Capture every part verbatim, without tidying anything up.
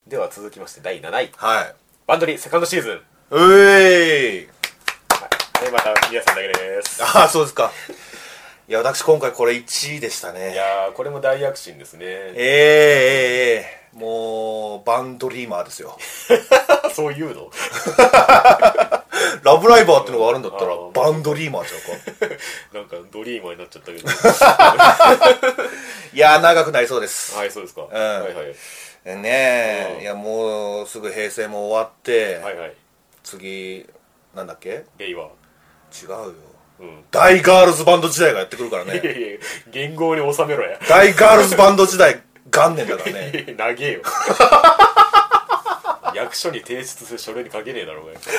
では続きましてだいなない、 はい。 バンドリセカンドシーズン。 うえーい。 はい、また宮さんだけです。 ああ、そうですか。いや、私今回これいちいでしたね。 いやー、これも大躍進ですね。 えー、えー、えー、もうバンドリーマーですよ。 そういうのラブライバーってのがあるんだったらうんバンドリーマーちゃうか。 なんかドリーマーになっちゃったけど。 いやー、長くなりそうです。 はい、そうですか。 んはいはい。 ねえ、 うんいや、もうすぐ平成も終わって、 はいはい。 次なんだっけ、 令和。 違うよ、 うん。 大ガールズバンド時代がやってくるからいやね。 いや、言語に収めろや。 大ガールズバンド時代元年だからね。 長えよ。役所に提出する書類に書けねえだろうがよ。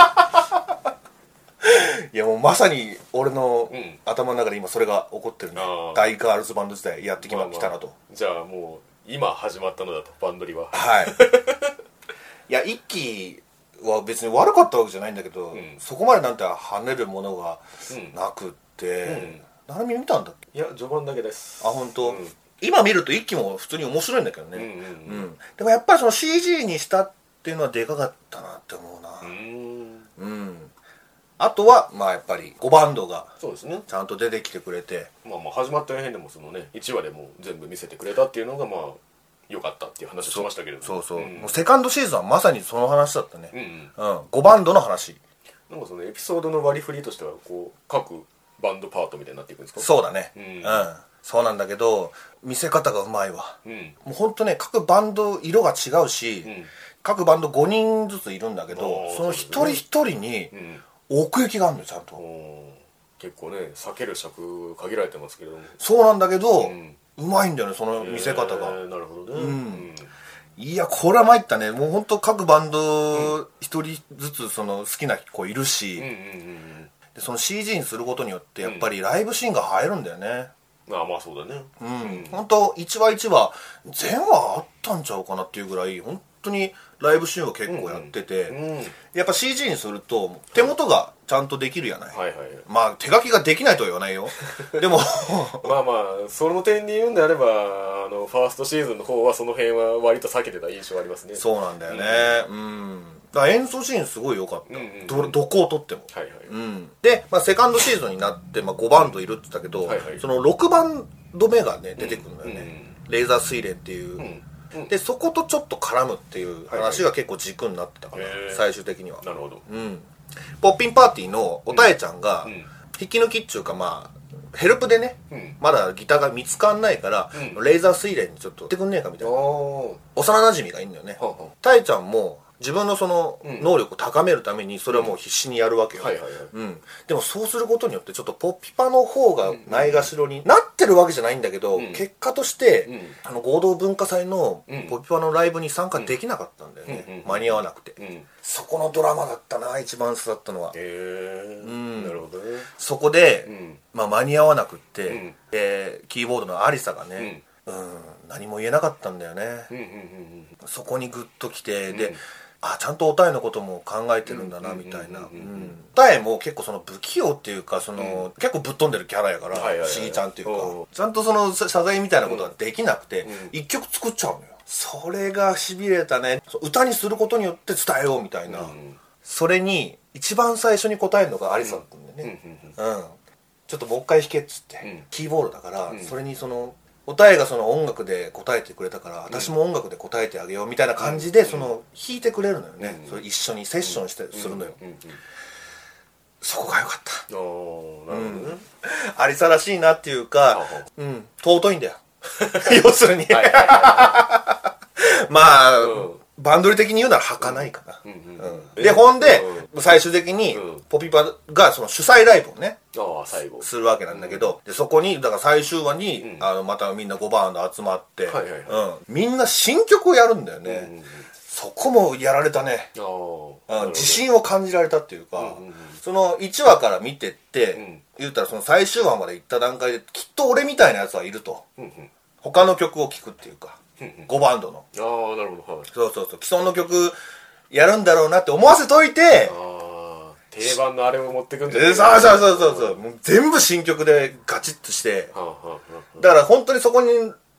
いや、もうまさに俺のうん頭の中で今それが起こってるね。 あー大ガールズバンド時代やってきま、 まあまあきたなと。 じゃあもう今始まったのだと、バンドリは。 はいいや、一期は別に悪かったわけじゃないんだけど、 んそこまでなんて跳ねるものがうんなくって、 うん何見たんだっけ。 いや、序盤だけです。 あ、本当、 うん今見ると一期も普通に面白いんだけどね、 うんうんうんでもやっぱりその シージー にしたっていうのはでかかったなって思うな。 うーん。 うん、あとはまあやっぱりごバンドがそうですね。 ちゃんと出てきてくれて、 まあまあ始まった辺でもそのね、いちわでもう全部見せてくれたっていうのがまあ良かったっていう話をしましたけれども。 そうそう、 んもうセカンドシーズンはまさにその話だったね。 うんうん。 うん、ごバンドの話。 なんかそのエピソードの割り振りとしてはこう各バンドパートみたいになっていくんですか？ そうだね、 ううんん、そうなんだけど見せ方がうまいわ。 うん。 もうほんとね、各バンド色が違うし、 うん。 各バンドごにんずついるんだけど、 あーその一人一人にうん。 奥行きがあるのよ、ちゃんと。 おー結構ね、避ける尺限られてますけれども。 そうなんだけど、 うんうまいんだよね、その見せ方が。 えーなるほどね。 うんいや、これは参ったね。もうほんと各バンド一人ずつその好きな子いるし、 うんうんうんうんでその シージー にすることによってやっぱりライブシーンが入るんだよね。 うん。ああ、まあそうだね。 うん、ほんと一話一話全話あったんちゃうかなっていうぐらい本当にライブシーンを結構やってて、 うん。 やっぱ シージー にすると手元がちゃんとできるやない、 はいはい。 まあ手書きができないとは言わないよでもまあまあ、その点で言うんであれば、あの、ファーストシーズンの方はその辺は割と避けてた印象ありますね。 そうなんだよね。うん、だから演奏シーンすごい良かった、 うんうんうんどどこをとっても。 はいはい。 うんで、まあ、セカンドシーズンになって、まあ、ごバンドいるって言ったけど、 はいはいそのろくバンド目がね出てくるんだよね、 うんレーザー睡蓮っていう、 うんうんでそことちょっと絡むっていう話が結構軸になってたから、 へー最終的には。 なるほど。 うんポッピンパーティーのおたえちゃんが、 うん引き抜きっていうかまあヘルプでね、 うんまだギターが見つかんないから、 うんレーザー睡蓮にちょっとやってくんねえかみたいなおー。 幼なじみがいるんだよね。 はあはたえちゃんも自分のそのうん能力を高めるためにそれはもう必死にやるわけよ、 はいはいはい。 うん、でもそうすることによってちょっとポッピパの方がないがしろになってるわけじゃないんだけど、 うん結果として、 うんあの合同文化祭のうんポッピパのライブに参加できなかったんだよね、 うんうん間に合わなくて、 うん。 そこのドラマだったな一番刺さったのは。 へえ。 んなるほどね。 そこで、 うん。 まあ、間に合わなくって、 うんでキーボードのアリサがね、うん何も言えなかったんだよね、 うんうんうんそこにグッときて、でうんあちゃんとおたえのことも考えてるんだなみたいな。 うんうんうんうんうんおたえも結構その不器用っていうかその、結構ぶっ飛んでるキャラやから、 はいはいはい不思議ちゃんっていうかおうちゃんとその謝罪みたいなことができなくて、 うん一曲作っちゃうのよ。それがしびれたね。そう歌にすることによって伝えようみたいな、 うんそれに一番最初に答えるのがアリサだったんだよね、 うんうんうんちょっともう一回弾けっつって、 うんキーボードだから、 うんそれにそのおたえがその音楽で答えてくれたから、私も音楽で答えてあげようみたいな感じで、その弾いてくれるのよね、 うんそれ一緒にセッションして、するのよ。 うんうんうんそこが良かったああ、なるほどね。 アリサらしいなっていうか、 はうん尊いんだよ要するにはいはいはまあ、 うんバンドリ的に言うなら儚いかな、 い。うんうんうんでほんで、 う最終的に、 うんポピパがその主催ライブをねああ、最後。 するわけなんだけど、でそこにだから最終話に、 うんあのまたみんなごバンド集まって、 はいはいはいうん、みんな新曲をやるんだよね、 うんうんうんそこもやられたね、 ああ、 うん、自信を感じられたっていうか、 うんうんうんそのいちわから見てって、 うん言ったらその最終話まで行った段階できっと俺みたいなやつはいると、 うんうん他の曲を聴くっていうか、 うんうんごバンドのああ、なるほど。はい。 そうそうそう既存の曲やるんだろうなって思わせといて、 ああ、定番のあれを持ってくんじゃえそうそうそうそうそうもう全部新曲でガチッとして、 はあはあはあだから本当にそこに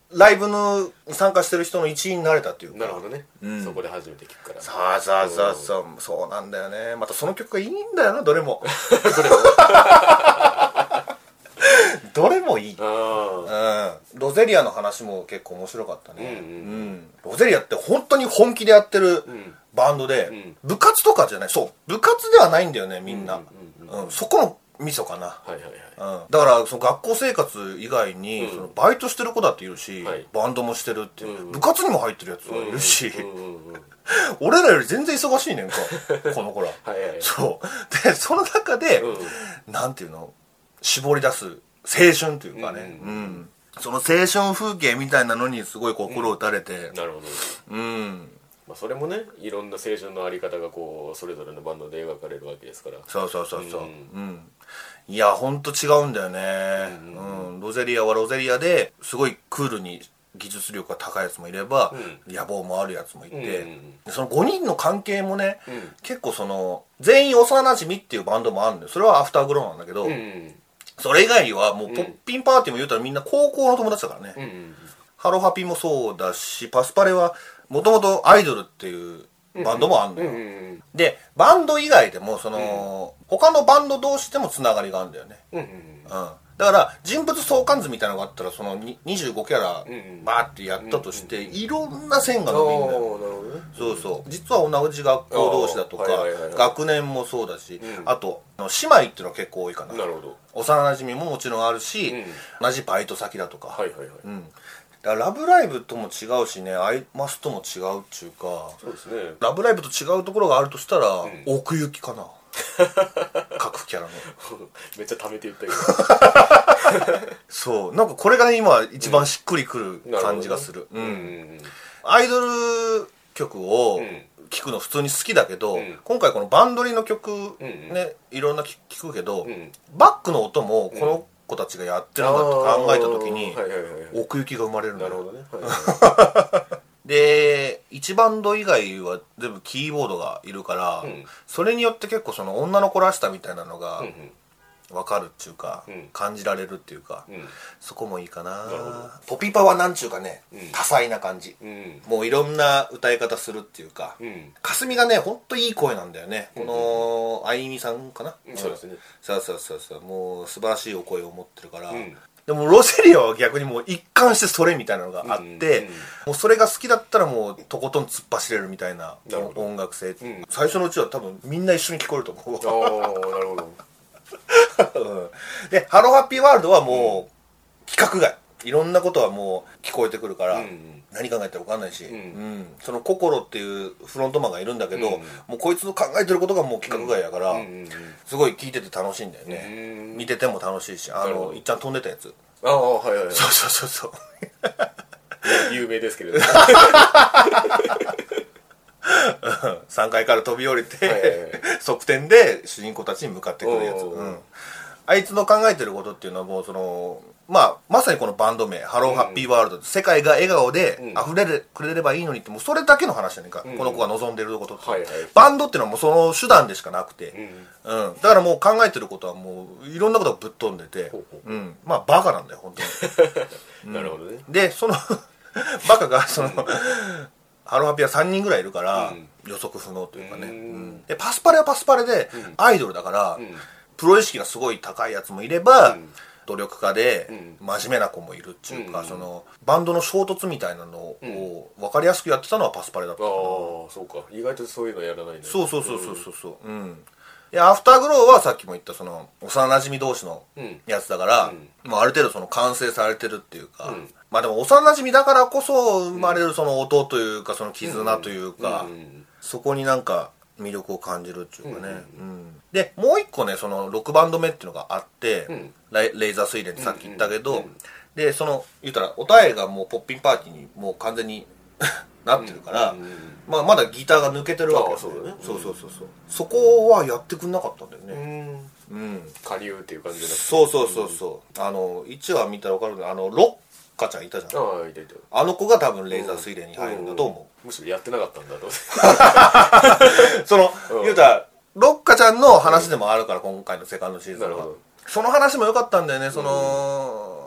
ライブの参加してる人の一員になれたっていうか。 なるほどね、 うん、 そこで初めて聞くから。 そうそうそうそう、うん、そうなんだよね。またその曲がいいんだよな、どれもどれもどれもいい。 あ、 うん、ロゼリアの話も結構面白かったね、 うんうんうん、 ロゼリアって本当に本気でやってるバンドで、うん、部活とかじゃない、そう部活ではないんだよねみんな、うんうんうんうん、そこのミソかな、 はいはいはい、 うん、だからその学校生活以外に、うん、そのバイトしてる子だっているし、はい、バンドもしてるっていう、うん、部活にも入ってるやつがいるし、うんうんうんうん、俺らより全然忙しいねんかこの子らはいはい、はい、そうでその中で、うん、なんていうの、絞り出す青春というかね、うんうんうん、その青春風景みたいなのにすごい心打たれて、 うん、なるほど、うん、まあ、それもね、いろんな青春のあり方がこうそれぞれのバンドで描かれるわけですから。 そうそうそうそう、うん、うん、いやほんと違うんだよね、うんうんうん、ロゼリアはロゼリアですごいクールに技術力が高いやつもいれば、うん、野望もあるやつもいて、うんうんうん、そのごにんの関係もね、うん、結構その全員幼馴染っていうバンドもあるんだよ。それはアフターグローなんだけど、うんうん、それ以外はもうポッピンパーティーも言うたらみんな高校の友達だからね、うんうん、ハロハピもそうだし、パスパレはもともとアイドルっていうバンドもあるんだよ、うんうんうん、でバンド以外でもその、うん、他のバンド同士でもつながりがあるんだよね、うんうんうんうん、だから人物相関図みたいなのがあったらそのにじゅうごキャラバーってやったとして、うんうん、いろんな線が伸びるんだよ、うんうん、そうそう実は同じ学校同士だとか、はいはいはい、学年もそうだし、うん、あと姉妹っていうのは結構多いかな。なるほど。幼馴染ももちろんあるし、うん、同じバイト先だとか、はいはいはい、うん、だからラブライブとも違うしね、アイマスとも違うっていうか、そうですね、ラブライブと違うところがあるとしたら、うん、奥行きかな各キャラのめっちゃ貯めて言ったけどそうなんかこれが、ね、今一番しっくりくる感じがする、うんうんうん、アイドル曲を聴くの普通に好きだけど、うん、今回このバンドリの曲、うんうん、ね、いろんな聴くけど、うん、バックの音もこの子たちがやってるんだと考えた時に、はいはいはい、奥行きが生まれるんだ。なるほどね、はいはいはい、でいちバンド以外は全部キーボードがいるから、うん、それによって結構その女の子らしさみたいなのが分かるっていうか、うん、感じられるっていうか、うん、そこもいいかな。ポピパはなんちゅうかね、うん、多彩な感じ、うん、もういろんな歌い方するっていうか、うん、かすみがねほんといい声なんだよね、うん、このあいみさんかな、うん、そうですね、そうそうそうそう、もう素晴らしいお声を持ってるから、うん、でもロゼリアは逆にもう一貫してそれみたいなのがあって、うんうん、もうそれが好きだったらもうとことん突っ走れるみたいな音楽性、うん、最初のうちは多分みんな一緒に聞こえると思う。ああなるほどでハローハッピーワールドはもう規格外、いろんなことはもう聞こえてくるから、うん、何考えてるか分かんないし、うんうん、その心っていうフロントマンがいるんだけど、うん、もうこいつの考えてることがもう規格外やから、うんうんうん、すごい聞いてて楽しいんだよね、うん、見てても楽しいし、あのいっちゃん飛んでたやつ、ああはいはいはい、そうそうそうそう有名ですけれどもさんがいから飛び降りて、はいはいはい、側転で主人公たちに向かってくるやつ、うん、あいつの考えてることっていうのはもうその、まあ、まさにこのバンド名ハローハッピーワールド、うん、世界が笑顔で溢れてくれればいいのにって、もうそれだけの話じゃねえか、うん、この子が望んでることって、はいはい、バンドっていうのはもうその手段でしかなくて、うんうん、だからもう考えてることはもういろんなことがぶっ飛んでて、うん、まあバカなんだよ本当になるほどね、うん、でそのバカがその、うんハローハッピーはさんにんぐらいいるから、うん、予測不能というかね、うん、でパスパレはパスパレで、うん、アイドルだから、うん、プロ意識がすごい高いやつもいれば、うん、努力家で、うん、真面目な子もいるっていうか、うん、そのバンドの衝突みたいなのを分かりやすくやってたのはパスパレだったかな、ああそうか、意外とそういうのやらないね。 そうそうそうそうそうそう、うん、でアフターグローはさっきも言ったその幼馴染同士のやつだから、うんまあ、ある程度その完成されてるっていうか、うんまあでも幼馴染だからこそ生まれるその音というかその絆というか、うんうん、そこになんか魅力を感じるっていうかね、うんうんうん、でもう一個ねそのろくバンド目っていうのがあって、うん、レイザー睡蓮ってさっき言ったけど、うんうんうん、でその言ったらおたえがもうポッピンパーティーにもう完全になってるから、うんうんうん、まあ、まだギターが抜けてるわけですよ、ね、そうそうそうそう、そこはやってくんなかったんだよね、うん、うん、 下流っていう感じで、 そうそうそうそう、うん、あのいちわ見たら分かるけどあのロッカちゃんいたじゃん、 ああいたいた、 あの子が多分レーザー睡蓮に入るんだと思う、うんうん、 むしろやってなかったんだとその、うん、言うたらロッカちゃんの話でもあるから、うん、今回のセカンドシーズンはその話も良かったんだよね、その、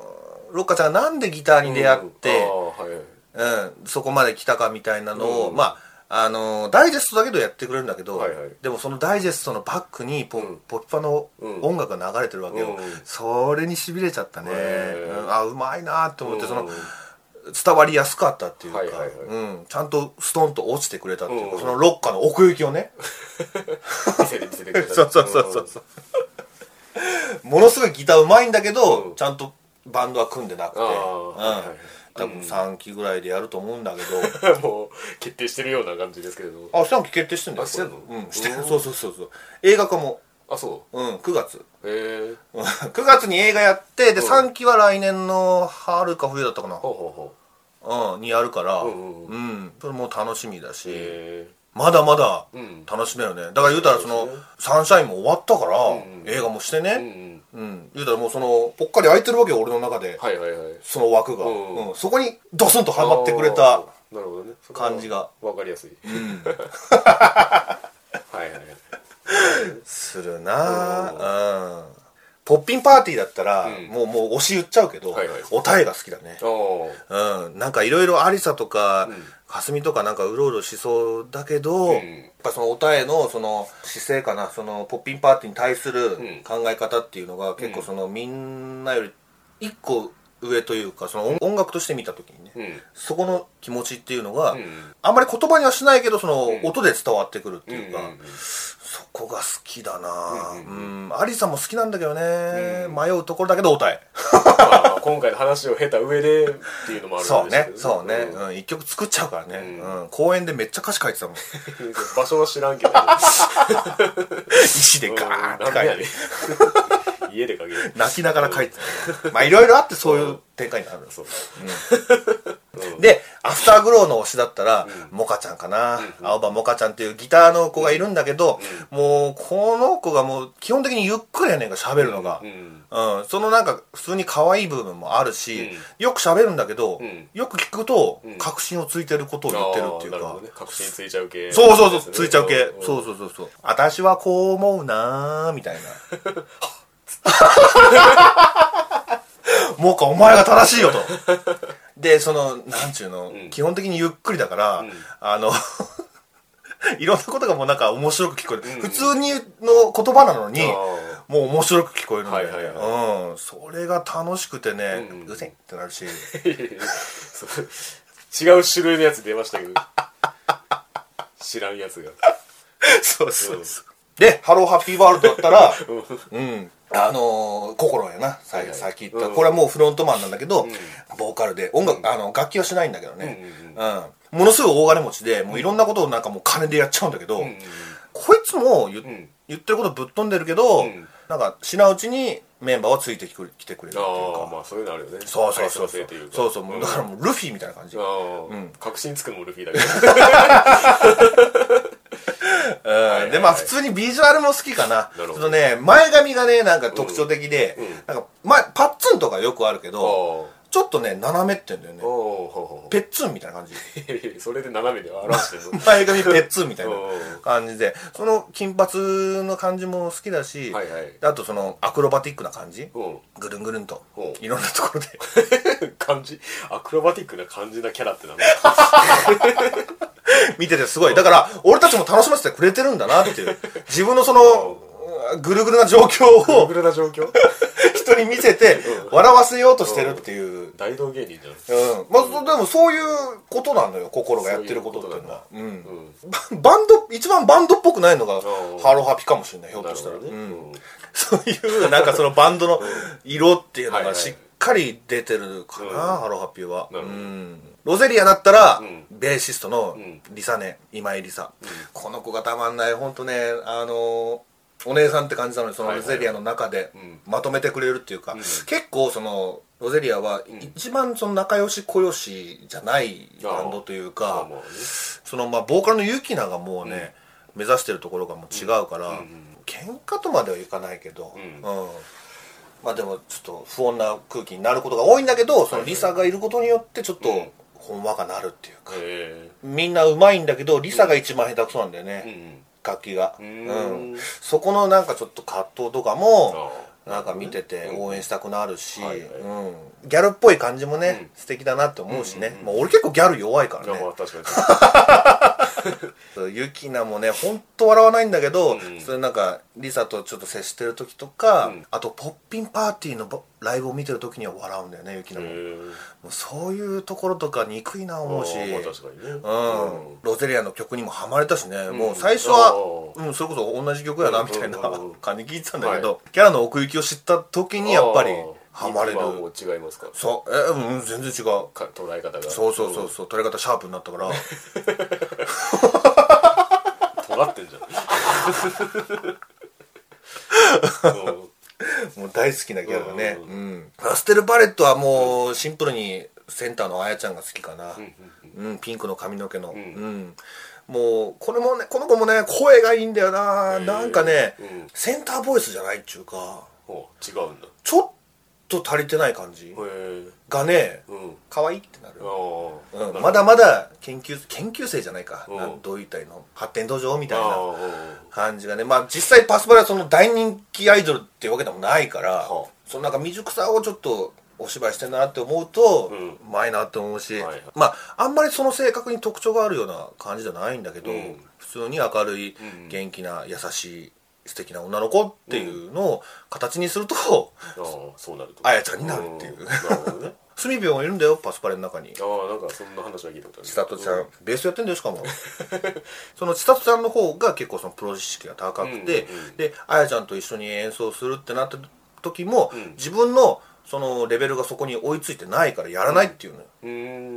ロッカちゃんがなんでギターに出会って、 うんはいはいうん、そこまで来たかみたいなのを、 うん、 まああのダイジェストだけどやってくれるんだけど、 はいはい、 でもそのダイジェストのバックにポ,、うん、ポッパの音楽が流れてるわけよ、うん、それにしびれちゃったね、うん、あうまいなって思って、その伝わりやすかったっていうか、はいはいはい、うん、ちゃんとストンと落ちてくれたっていうか、うん、そのロッカーの奥行きをね見せて見せてくれたそうそうそうそうそうものすごいギターうまいんだけど、うん、ちゃんとバンドは組んでなくて、うんはいはい、多分さんきぐらいでやると思うんだけど、 うん、もう決定してるような感じですけれど。 あさんき決定してんだよ。 あしてんの？ うんしてる。そうそうそうそう。映画化も。 あそう。 うんくがつ。 へえ。 くがつに映画やってで、うん、さんきは来年の春か冬だったかな。 ほうほうほう。うんにやるから、うん、 うんうん、 それも楽しみだし。 へーまだまだ楽しめるね、うん、だから言うたらそのサンシャインも終わったから、うんうん、映画もしてね、うんうんうん、言うたらもうそのぽっかり空いてるわけよ俺の中で、 はいはいはい、 その枠が、うんうん、そこにドスンとはまってくれた感じが分かりやすい、うん、はいはいするなぁ、うん、ポッピンパーティーだったら、うん、もうもう推し言っちゃうけど、はいはい、おたえが好きだね、うん、なんかいろいろアリサとか、うんかすみとかなんかうろうろしそうだけど、うん、やっぱそのおたえのその姿勢かな、そのポッピンパーティーに対する考え方っていうのが結構そのみんなより一個上というか、その音楽として見た時にね、うん、そこの気持ちっていうのが、うん、あんまり言葉にはしないけどその音で伝わってくるっていうか、うんうんうん、そこが好きだなぁ、うんうんうん、アリサも好きなんだけどね、うん、迷うところだけどおたえまあ、今回の話を経た上でっていうのもあるんですけど、 そうねそうね、うんうん、一曲作っちゃうからね、うんうん、公園でめっちゃ歌詞書いてたもん場所は知らんけど石でガーって書いて、 うん、家で書ける泣きながら書いてたまあいろいろあってそういう展開になる、そう、うん、でアフターグローの推しだったら、うん、モカちゃんかな、うん、青葉モカちゃんっていうギターの子がいるんだけど、うん、もうこの子がもう基本的にゆっくりやねんか喋るのが、うんうん、そのなんか普通に可愛い部分もあるし、うん、よく喋るんだけど、うん、よく聞くと、うん、確信をついてることを言ってるっていうか、 ね、確信ついちゃう系、 そうそうそうついちゃう系、うん、そうそうそうそう私はこう思うなーみたいなモカお前が正しいよとでそのなんちゅうの、うん、基本的にゆっくりだから、うん、あのいろんなことがもうなんか面白く聞こえる、うん、普通にの言葉なのにもう面白く聞こえるので、はいはいはいうん、それが楽しくてね、うん、うせんってなるし違う種類のやつ出ましたけど知らんやつがそうそうそう、うん、でハローハッピーワールドだったらうんあのー、心やな、さっき言った、うん、これはもうフロントマンなんだけど、うん、ボーカルで音楽、うん、あの楽器はしないんだけどね、うんうんうんうん、ものすごい大金持ちでもういろんなことをなんかもう金でやっちゃうんだけど、うんうんうん、こいつも 言,、うん、言ってることぶっ飛んでるけど、うん、なんか知らんうちにメンバーはついてきてくれるっていうか、 ああまあそういうのあるよね、 そうそうそうそうそうそう、うん、だからもうルフィみたいな感じ、 あ、うん、確信つくのもルフィだけどうん、でまあ普通にビジュアルも好きかな。そのね前髪がねなんか特徴的で、うんうん、なんか前パッツンとかよくあるけどちょっとね斜めってんだよね。ペッツンみたいな感じそれで斜めで表してるの前髪ペッツンみたいな感じでその金髪の感じも好きだし、はいはい、あとそのアクロバティックな感じぐるんぐるんといろんなところで感じアクロバティックな感じなキャラってなんだ見ててすごいだから俺たちも楽しませてくれてるんだなっていう自分のそのぐるぐるな状況をぐるぐるな状況人に見せて笑わせようとしてるっていう、うん、 大道芸人じゃん、 うんまあ、でもそういうことなのよ心がやってることっていうのはう、うんうん、バンド一番バンドっぽくないのがハローハピかもしれないひょっとしたら、ねうん、そういうなんかそのバンドの色っていうのがしっかり出てるかな、はいはい、ハローハピは、うん、ロゼリアだったら、うん、ベーシストのリサね今井リサ、うん、この子がたまんない本当ねあのーお姉さんって感じなのにそのロゼリアの中でまとめてくれるっていうか、はいはいはい、結構そのロゼリアは一番その仲良し小良しじゃないバンドというか、うん、そのまあボーカルのユキナがもうね、うん、目指してるところがもう違うから、うんうん、喧嘩とまではいかないけど、うんうん、まあでもちょっと不穏な空気になることが多いんだけどそのリサがいることによってちょっとほんわかなるっていうか、うん、みんなうまいんだけどリサが一番下手くそなんだよね、うんうん楽器が、うん、そこのなんかちょっと葛藤とかもなんか見てて応援したくなるし、 はいはいうん、ギャルっぽい感じもね、うん、素敵だなって思うしね、うんうんうん、まあ、俺結構ギャル弱いからね。 いや、まあ確かにユキナもねほんと笑わないんだけど、うん、それなんかリサとちょっと接してる時とか、うん、あとポッピンパーティーのライブを見てる時には笑うんだよね、ユキナも。もうそういうところとか憎いな思うし、 まあ、確かにね、 うん、ロゼリアの曲にもハマれたしね、うん、もう最初は、うん、それこそ同じ曲やなみたいな感じ聞いてたんだけど、はい、キャラの奥行きを知った時にやっぱりハマれる。 今もう違いますか？ そう、えー、うん、全然違うか捉え方が。 そうそうそうそう、捉え方シャープになったから尖ってんじゃんもう大好きなギャルだね。うん、うん、パステルパレットはもうシンプルにセンターのあやちゃんが好きかな、うん、うん、ピンクの髪の毛の、うん、うん、もうこれもね、この子もね声がいいんだよな。なんかね、うん、センターボイスじゃないっちゅうか、 違うんだ、 ちょっと足りてない感じがね、うん、可愛いってなる、うん、まだまだ研究研究生じゃないか、うん、なんどういったらいいの、発展途上みたいな感じがね。まあ実際パスパラはその大人気アイドルっていうわけでもないから、はあ、そのなんか未熟さをちょっとお芝居してんなって思うと、うん、うまいなって思うし、はいはい、まああんまりその性格に特徴があるような感じじゃないんだけど、うん、普通に明るい、うん、元気な優しい素敵な女の子っていうのを形にすると、うん、あそうなるとあやちゃんになるっていう、うん、なるほどね。スミビョンいるんだよ、パスパレの中に。 ああ、なんかそんな話は聞いたことある。 千里ちゃん、うん、ベースやってんだよ、しかもその千里ちゃんの方が結構そのプロ知識が高くて、うんうんうん、であやちゃんと一緒に演奏するってなった時も、うん、自分のそのレベルがそこに追いついてないからやらないっていうのよ、うん、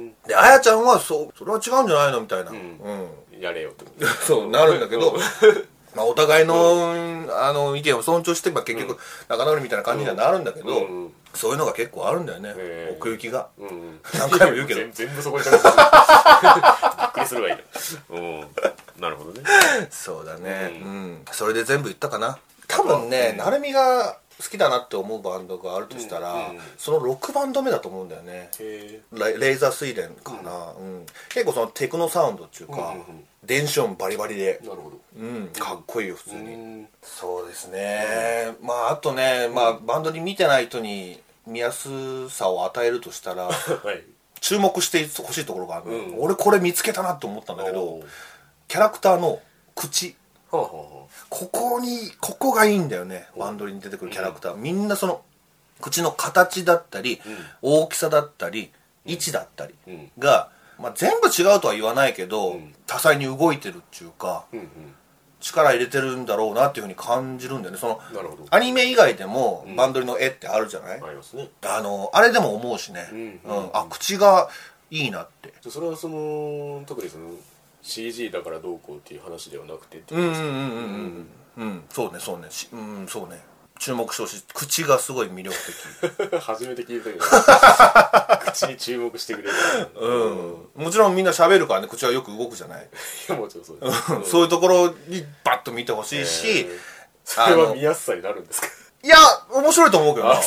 であやちゃんはそうそれは違うんじゃないのみたいな、うんうん、やれよってそうなるんだけどまあお互いの、うん、あの意見を尊重して、まあ、結局仲直りみたいな感じにはなるんだけど、うんうん、そういうのが結構あるんだよね、奥行きが、うんうん、何回も言うけど全部そこにかかってびっくりするわいいな、うん、なるほどね。 そうだね、うんうん、それで全部言ったかな。多分ね、うん、成海が好きだなって思うバンドがあるとしたら、うんうん、そのろくバンド目だと思うんだよね。へー、レイザー水蓮かな、うんうん、結構そのテクノサウンドっていうか、うんうんうん、電子音バリバリで、なるほど、うん、かっこいいよ普通に、うん、そうですね、うん、まああとね、まあ、バンドに見てない人に見やすさを与えるとしたら、はい、注目してほしいところがある、うん、俺これ見つけたなと思ったんだけど、キャラクターの口、はあはあ、ここにここがいいんだよね。バンドに出てくるキャラクター、うん、みんなその口の形だったり、うん、大きさだったり、うん、位置だったりが、まあ、全部違うとは言わないけど、うん、多彩に動いてるっていうか、うんうん、力入れてるんだろうなっていうふうに感じるんだよね。そのなるほど、アニメ以外でもバンドリの絵ってあるじゃない、うん、ありますね。あのあれでも思うしね、うんうんうん、あ口がいいなって。 それはその特にそのシージー だからどうこうっていう話ではなくてっていううんうんうんうんうん、そうねそうね、うんそうね、注目してほしい。口がすごい魅力的初めて聞いたけど口に注目してくれる、 うん、もちろんみんな喋るからね、口はよく動くじゃない。いやもちろんそうです、うん、 そういうところにバッと見てほしいし、えー、 それは見やすさになるんですか？ いや面白いと思うけどな。うん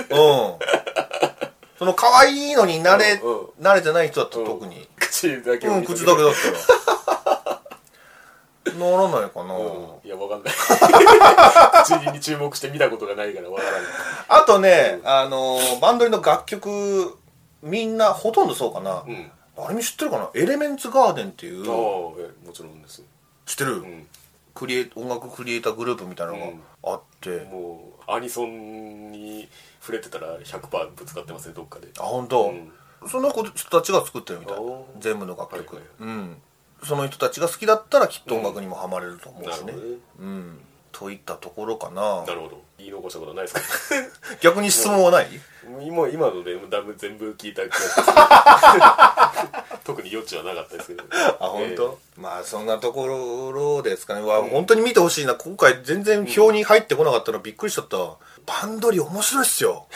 その可愛いのに慣れ、うんうん、慣れてない人だと特に、うん、 口だけうん口だけだったらならないかな、うん、 いやわかんない口に注目して見たことがないからわからない。 あとね、うん、あのバンドリの楽曲みんなほとんどそうかな、うん、あれ知ってるかな、エレメンツガーデンっていう、 ああもちろんです。 知ってる、うん、クリエ音楽クリエイターグループみたいなのがあって、うん、 もうアニソンに触れてたら ひゃくパーセント ぶつかってますねどっかで。あ本当、うん、その人たちが作ってるみたい、全部の楽曲、はいはいはい、うんその人たちが好きだったらきっと音楽にもハマれると思うしね、うん、ねうん、といったところかな。 なるほど。言い残したことないですか？ 逆に質問はない？ 今, 今のでだいぶ全部聞いた気がする特に余地はなかったですけどあ本当、えー、まあそんなところですかね。わ、うん、本当に見てほしいな。今回全然表に入ってこなかったのびっくりしちゃった、うん、バンドリ面白いっすよ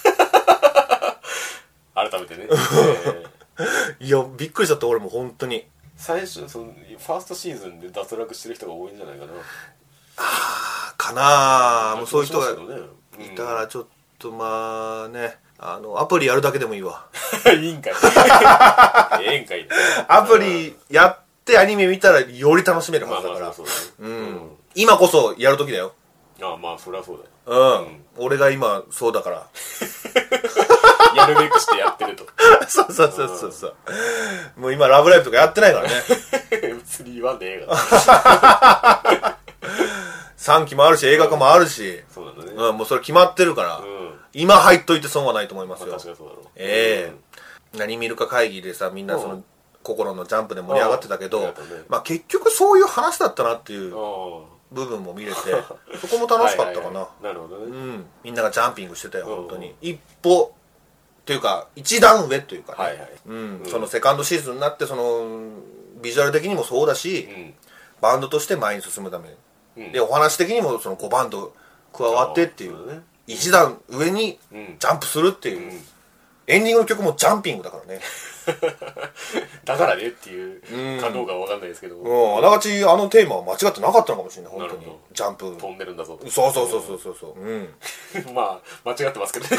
改めてね、 えー、いやびっくりしちゃった俺も本当に。 最初そのファーストシーズンで脱落してる人が多いんじゃないかな。 あーかな、もうそういう人がいたらちょっとまあね、あのアプリやるだけでもいいわいいんかいええんかいアプリやってアニメ見たらより楽しめるはずだから、今こそやる時だよ。 ああまあそりゃそうだよ。 うん、うん、俺が今そうだからやるべくしてやってるとそうそうそうそうそう、もう今ラブライブとかやってないからね別に言わねえがさんきもあるし映画化もあるし、 うん、そうなんだね、 うん、もうそれ決まってるから、うん、今入っといて損はないと思いますよ、 まあ、確かにそうだろう、 ええーうん、何見るか会議でさみんなその、うん、心のジャンプで盛り上がってたけど、ね、まあ結局そういう話だったなっていう部分も見れてそこも楽しかったかな。はいはいはい、 なるほどね、 うん、みんながジャンピングしてたよ、うん、本当に一歩というか一段上というかね、はいはい、うんうん、そのセカンドシーズンになってそのビジュアル的にもそうだし、うん、バンドとして前に進むため、うん、でお話的にもそのごバンド加わってっていう、ね、一段上にジャンプするっていう、うん、エンディングの曲もジャンピングだからねだからねっていうかどうかは分かんないですけど、うんうん、あながちあのテーマは間違ってなかったのかもしれない本当にジャンプ飛んでるんだぞとそうそうそうそうそう、うん、 まあ間違ってますけどね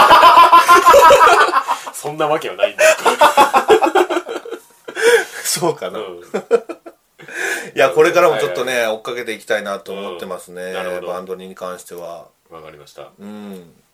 そんなわけはないんだそうかな、うん、いやこれからもちょっとね、はいはい、追っかけていきたいなと思ってますね、うん、バンドに関しては。 わかりました、 うん